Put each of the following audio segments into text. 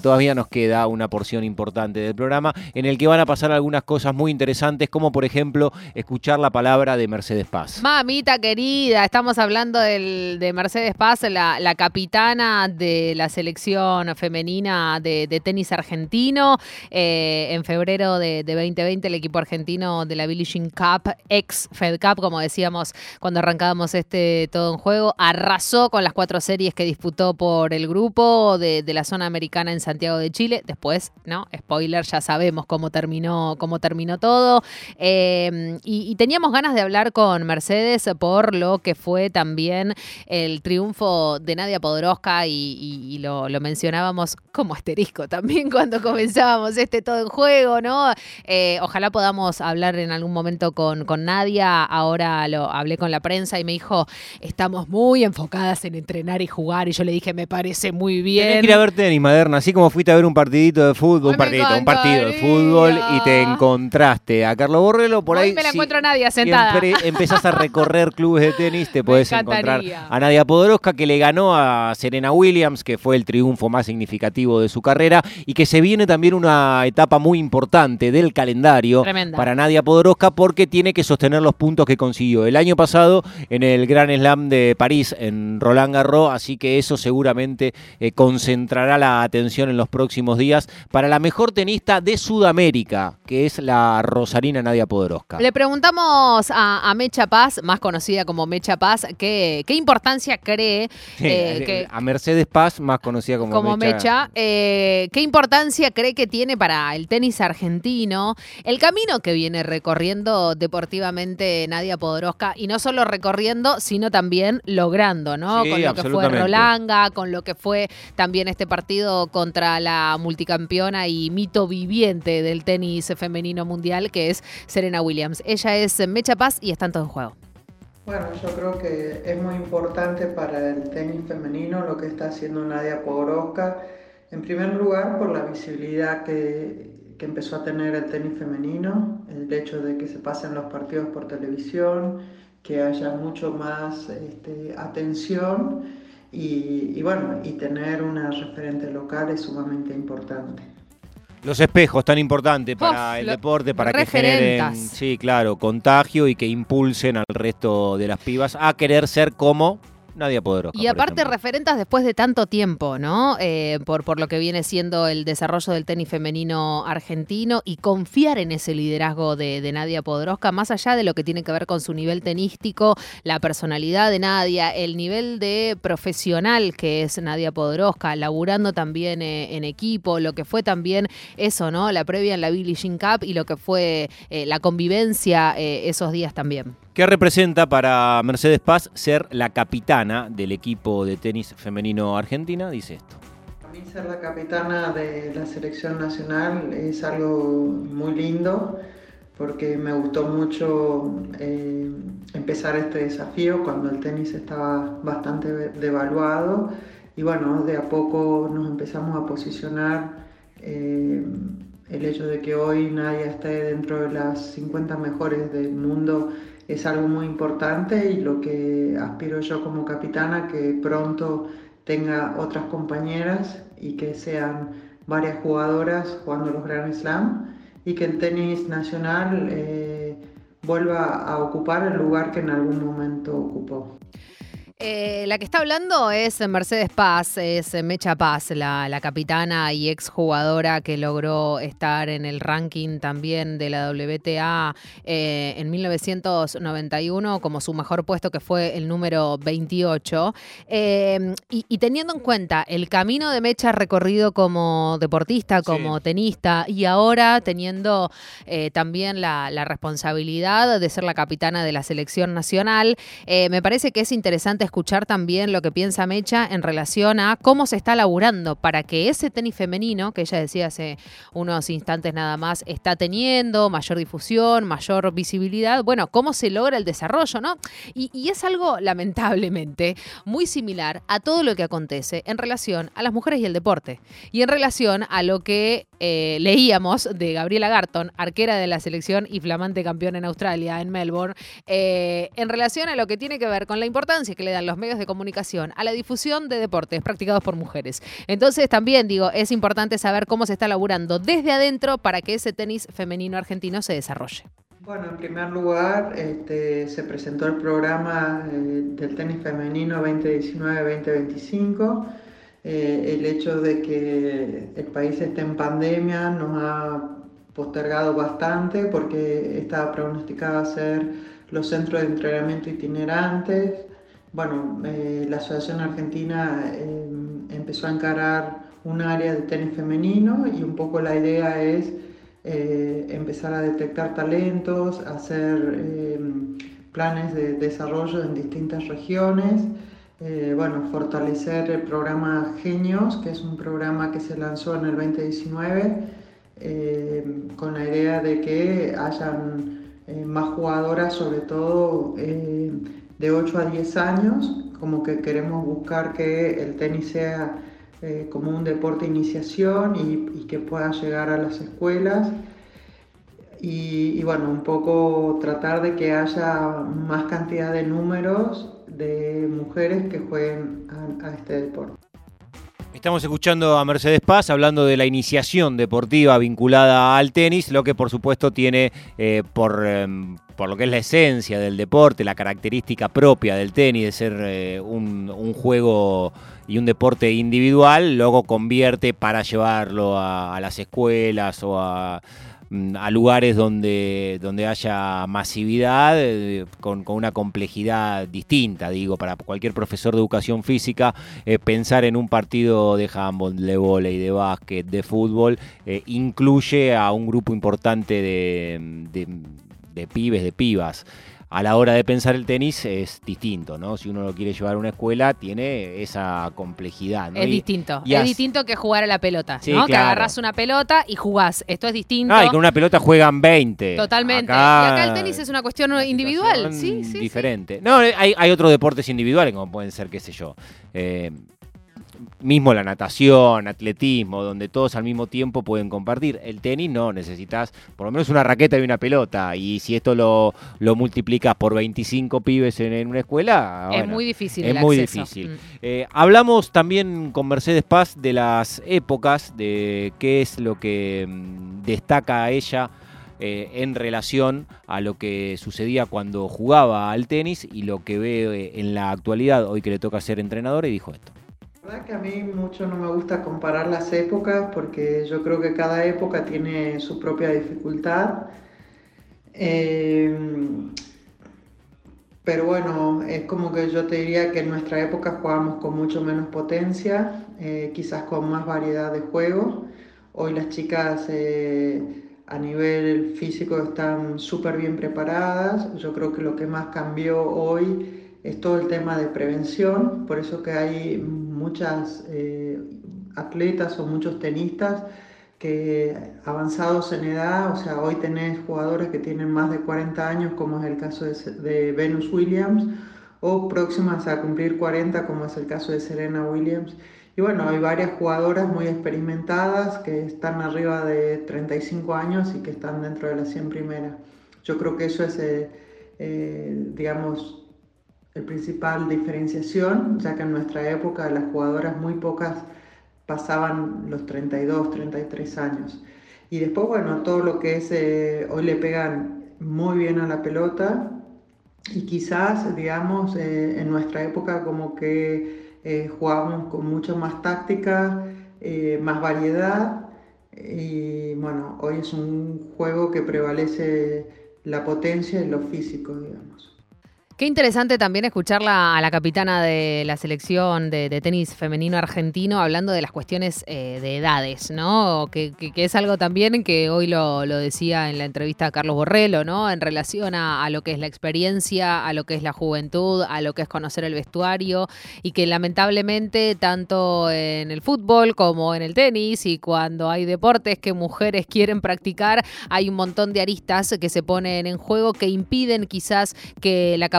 todavía nos queda una porción importante del programa en el que van a pasar algunas cosas muy interesantes, como por ejemplo escuchar la palabra de Mercedes Paz. Mamita querida, estamos hablando de Mercedes Paz, la capitana de la selección femenina de tenis argentino. En febrero de 2020 el equipo argentino de la Billie Jean Cup, ex Fed Cup, como decíamos cuando arrancábamos Todo en Juego, arrasó con las 4 series que disputó por el grupo de la zona americana en Santiago de Chile. Después, ¿no? Spoiler, ya sabemos cómo terminó todo. Y teníamos ganas de hablar con Mercedes por lo que fue también el triunfo de Nadia Podoroska y lo mencionábamos como asterisco también cuando comenzábamos Todo en Juego, ¿no? Ojalá podamos hablar en algún momento con Nadia. Ahora lo hablé con la prensa y me dijo, estamos muy enfocadas en entrenar y jugar. Y yo le dije, me parece muy bien. Tenés que ir a ver tenis, Maderna, así como fuiste a ver un partidito de fútbol, un partido de fútbol y te encontraste a Carlos Borrello, por ahí me la encuentro a Nadia sentada. Siempre empezás a recorrer clubes de tenis, te podés encontrar a Nadia Podoroska, que le ganó a Serena Williams, que fue el triunfo más significativo de su carrera, y que se viene también una etapa muy importante del calendario para Nadia Podoroska, porque tiene que sostener los puntos que consiguió el año pasado en el Grand Slam de París, en Roland Garros, así que eso seguramente concentrará la atención en los próximos días para la mejor tenista de Sudamérica, que es la rosarina Nadia Podoroska. Le preguntamos a Mecha Paz, más conocida como Mecha Paz, qué importancia cree a Mercedes Paz, más conocida como Mecha, qué importancia cree que tiene para el tenis argentino el camino que viene recorriendo deportivamente Nadia Podoroska, y no solo recorriendo, sino también logrando, ¿no? Sí, con lo que fue Rolanga, con lo que fue también este partido contra la multicampeona y mito viviente del tenis femenino mundial, que es Serena Williams. Ella es Mecha Paz y está en Todo en Juego. Bueno, yo creo que es muy importante para el tenis femenino lo que está haciendo Nadia Podoroska. En primer lugar, por la visibilidad que empezó a tener el tenis femenino, el hecho de que se pasen los partidos por televisión, que haya mucho más atención y tener una referente local es sumamente importante. Los espejos tan importantes para el deporte, para que generen, sí, claro, contagio y que impulsen al resto de las pibas a querer ser como Nadia Podoroska. Y aparte referentas después de tanto tiempo, ¿no? Por lo que viene siendo el desarrollo del tenis femenino argentino, y confiar en ese liderazgo de Nadia Podoroska, más allá de lo que tiene que ver con su nivel tenístico, la personalidad de Nadia, el nivel de profesional que es Nadia Podoroska, laburando también en equipo, lo que fue también eso, ¿no? La previa en la Billie Jean Cup y lo que fue la convivencia esos días también. ¿Qué representa para Mercedes Paz ser la capitana del equipo de tenis femenino argentina? Dice esto. Para mí ser la capitana de la selección nacional es algo muy lindo, porque me gustó mucho empezar este desafío cuando el tenis estaba bastante devaluado, y bueno, de a poco nos empezamos a posicionar. El hecho de que hoy Nadia esté dentro de las 50 mejores del mundo es algo muy importante, y lo que aspiro yo como capitana, que pronto tenga otras compañeras y que sean varias jugadoras jugando los Grand Slam, y que el tenis nacional vuelva a ocupar el lugar que en algún momento ocupó. La que está hablando es Mercedes Paz, es Mecha Paz, la capitana y exjugadora que logró estar en el ranking también de la WTA en 1991 como su mejor puesto, que fue el número 28. Y teniendo en cuenta el camino de Mecha recorrido como deportista, como tenista, y ahora teniendo también la responsabilidad de ser la capitana de la selección nacional, me parece que es interesante escuchar también lo que piensa Mecha en relación a cómo se está laburando para que ese tenis femenino, que ella decía hace unos instantes nada más, está teniendo mayor difusión, mayor visibilidad. Bueno, cómo se logra el desarrollo, ¿no? Y es algo, lamentablemente, muy similar a todo lo que acontece en relación a las mujeres y el deporte, y en relación a lo que leíamos de Gabriela Garton, arquera de la selección y flamante campeona en Australia, en Melbourne, en relación a lo que tiene que ver con la importancia que le dan los medios de comunicación a la difusión de deportes practicados por mujeres. Entonces también digo, es importante saber cómo se está laburando desde adentro para que ese tenis femenino argentino se desarrolle. Bueno, en primer lugar, se presentó el programa del tenis femenino 2019-2025. El hecho de que el país esté en pandemia nos ha postergado bastante porque estaba pronosticado hacer los centros de entrenamiento itinerantes. Bueno, la Asociación Argentina empezó a encarar un área de tenis femenino y un poco la idea es empezar a detectar talentos, hacer planes de desarrollo en distintas regiones. Bueno, fortalecer el programa Genios, que es un programa que se lanzó en el 2019 con la idea de que hayan más jugadoras, sobre todo de 8 a 10 años, como que queremos buscar que el tenis sea como un deporte de iniciación y que pueda llegar a las escuelas. Y bueno, un poco tratar de que haya más cantidad de números de mujeres que jueguen a este deporte. Estamos escuchando a Mercedes Paz hablando de la iniciación deportiva vinculada al tenis, lo que por supuesto tiene por lo que es la esencia del deporte, la característica propia del tenis de ser un juego y un deporte individual, luego convierte para llevarlo a las escuelas o a lugares donde haya masividad, con una complejidad distinta, digo, para cualquier profesor de educación física, pensar en un partido de handball, de vóley, de básquet, de fútbol, incluye a un grupo importante de pibes, de pibas. A la hora de pensar el tenis es distinto, ¿no? Si uno lo quiere llevar a una escuela, tiene esa complejidad, ¿no? Es distinto. Es distinto que jugar a la pelota, sí, ¿no? Claro. Que agarrás una pelota y jugás. Esto es distinto. Y con una pelota juegan 20. Totalmente. Y acá el tenis es una cuestión individual. Sí, diferente. Sí. No, hay otros deportes individuales, como pueden ser, qué sé yo, mismo la natación, atletismo, donde todos al mismo tiempo pueden compartir. El tenis no, necesitas por lo menos una raqueta y una pelota, y si esto lo multiplicas por 25 pibes en una escuela, es muy difícil. Es muy difícil. Hablamos también con Mercedes Paz de las épocas, de qué es lo que destaca a ella en relación a lo que sucedía cuando jugaba al tenis y lo que ve en la actualidad, hoy que le toca ser entrenadora, y dijo esto. La verdad que a mí mucho no me gusta comparar las épocas porque yo creo que cada época tiene su propia dificultad. Pero bueno, es como que yo te diría que en nuestra época jugábamos con mucho menos potencia, quizás con más variedad de juegos. Hoy las chicas a nivel físico están súper bien preparadas. Yo creo que lo que más cambió hoy es todo el tema de prevención, por eso que hay muchas atletas o muchos tenistas que avanzados en edad, o sea, hoy tenés jugadores que tienen más de 40 años, como es el caso de Venus Williams, o próximas a cumplir 40, como es el caso de Serena Williams. Y bueno, hay varias jugadoras muy experimentadas que están arriba de 35 años y que están dentro de las 100 primeras. Yo creo que eso es, digamos, el principal diferenciación, ya que en nuestra época las jugadoras muy pocas pasaban los 32, 33 años. Y después, bueno, todo lo que es, hoy le pegan muy bien a la pelota y quizás, digamos, en nuestra época como que jugábamos con mucho más táctica, más variedad y bueno, hoy es un juego que prevalece la potencia y lo físico, digamos. Qué interesante también escucharla a la capitana de la selección de tenis femenino argentino hablando de las cuestiones de edades, ¿no? Que es algo también que hoy lo decía en la entrevista a Carlos Borrello, ¿no? En relación a lo que es la experiencia, a lo que es la juventud, a lo que es conocer el vestuario y que lamentablemente tanto en el fútbol como en el tenis y cuando hay deportes que mujeres quieren practicar, hay un montón de aristas que se ponen en juego que impiden quizás que la capacidad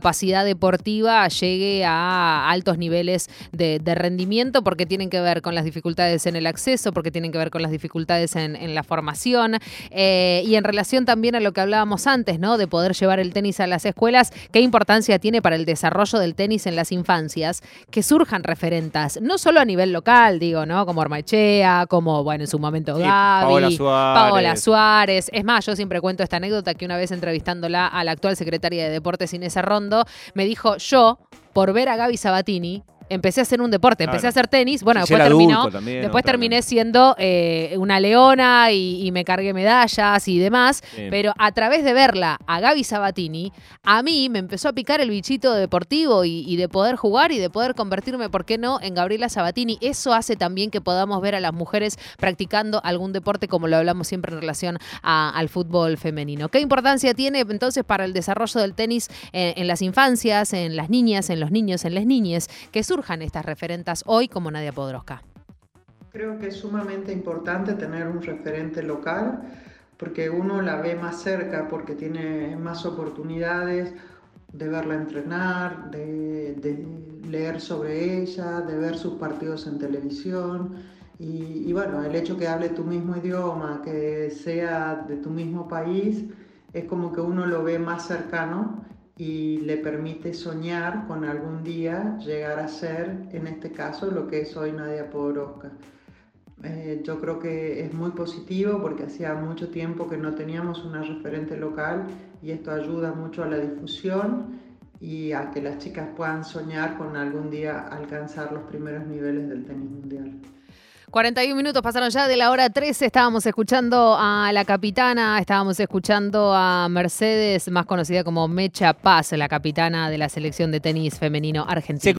capacidad deportiva llegue a altos niveles de rendimiento, porque tienen que ver con las dificultades en el acceso, porque tienen que ver con las dificultades en la formación, y en relación también a lo que hablábamos antes, ¿no? De poder llevar el tenis a las escuelas. ¿Qué importancia tiene para el desarrollo del tenis en las infancias que surjan referentas, no solo a nivel local, digo, ¿no? Como Ormaechea, como, bueno, en su momento Gaby, Paola Suárez. Es más, yo siempre cuento esta anécdota que una vez entrevistándola a la actual secretaria de Deportes, Inés Arrondo, me dijo: yo, por ver a Gaby Sabatini, empecé a hacer un deporte, empecé a hacer tenis, bueno, después terminé siendo una leona y me cargué medallas y demás, pero a través de verla a Gaby Sabatini, a mí me empezó a picar el bichito deportivo y de poder jugar y de poder convertirme, ¿por qué no?, en Gabriela Sabatini. Eso hace también que podamos ver a las mujeres practicando algún deporte, como lo hablamos siempre en relación al fútbol femenino. ¿Qué importancia tiene entonces para el desarrollo del tenis en las infancias, en las niñas, en los niños, en las niñas, que surjan estas referentas hoy como Nadia Podoroska? Creo que es sumamente importante tener un referente local, porque uno la ve más cerca, porque tiene más oportunidades de verla entrenar, de leer sobre ella, de ver sus partidos en televisión. Y bueno, el hecho que hable tu mismo idioma, que sea de tu mismo país, es como que uno lo ve más cercano y le permite soñar con algún día llegar a ser, en este caso, lo que es hoy Nadia Podoroska. Yo creo que es muy positivo, porque hacía mucho tiempo que no teníamos una referente local, y esto ayuda mucho a la difusión y a que las chicas puedan soñar con algún día alcanzar los primeros niveles del tenis mundial. 41 minutos pasaron ya de la hora 13, estábamos escuchando a la capitana, estábamos escuchando a Mercedes, más conocida como Mecha Paz, la capitana de la selección de tenis femenino argentina.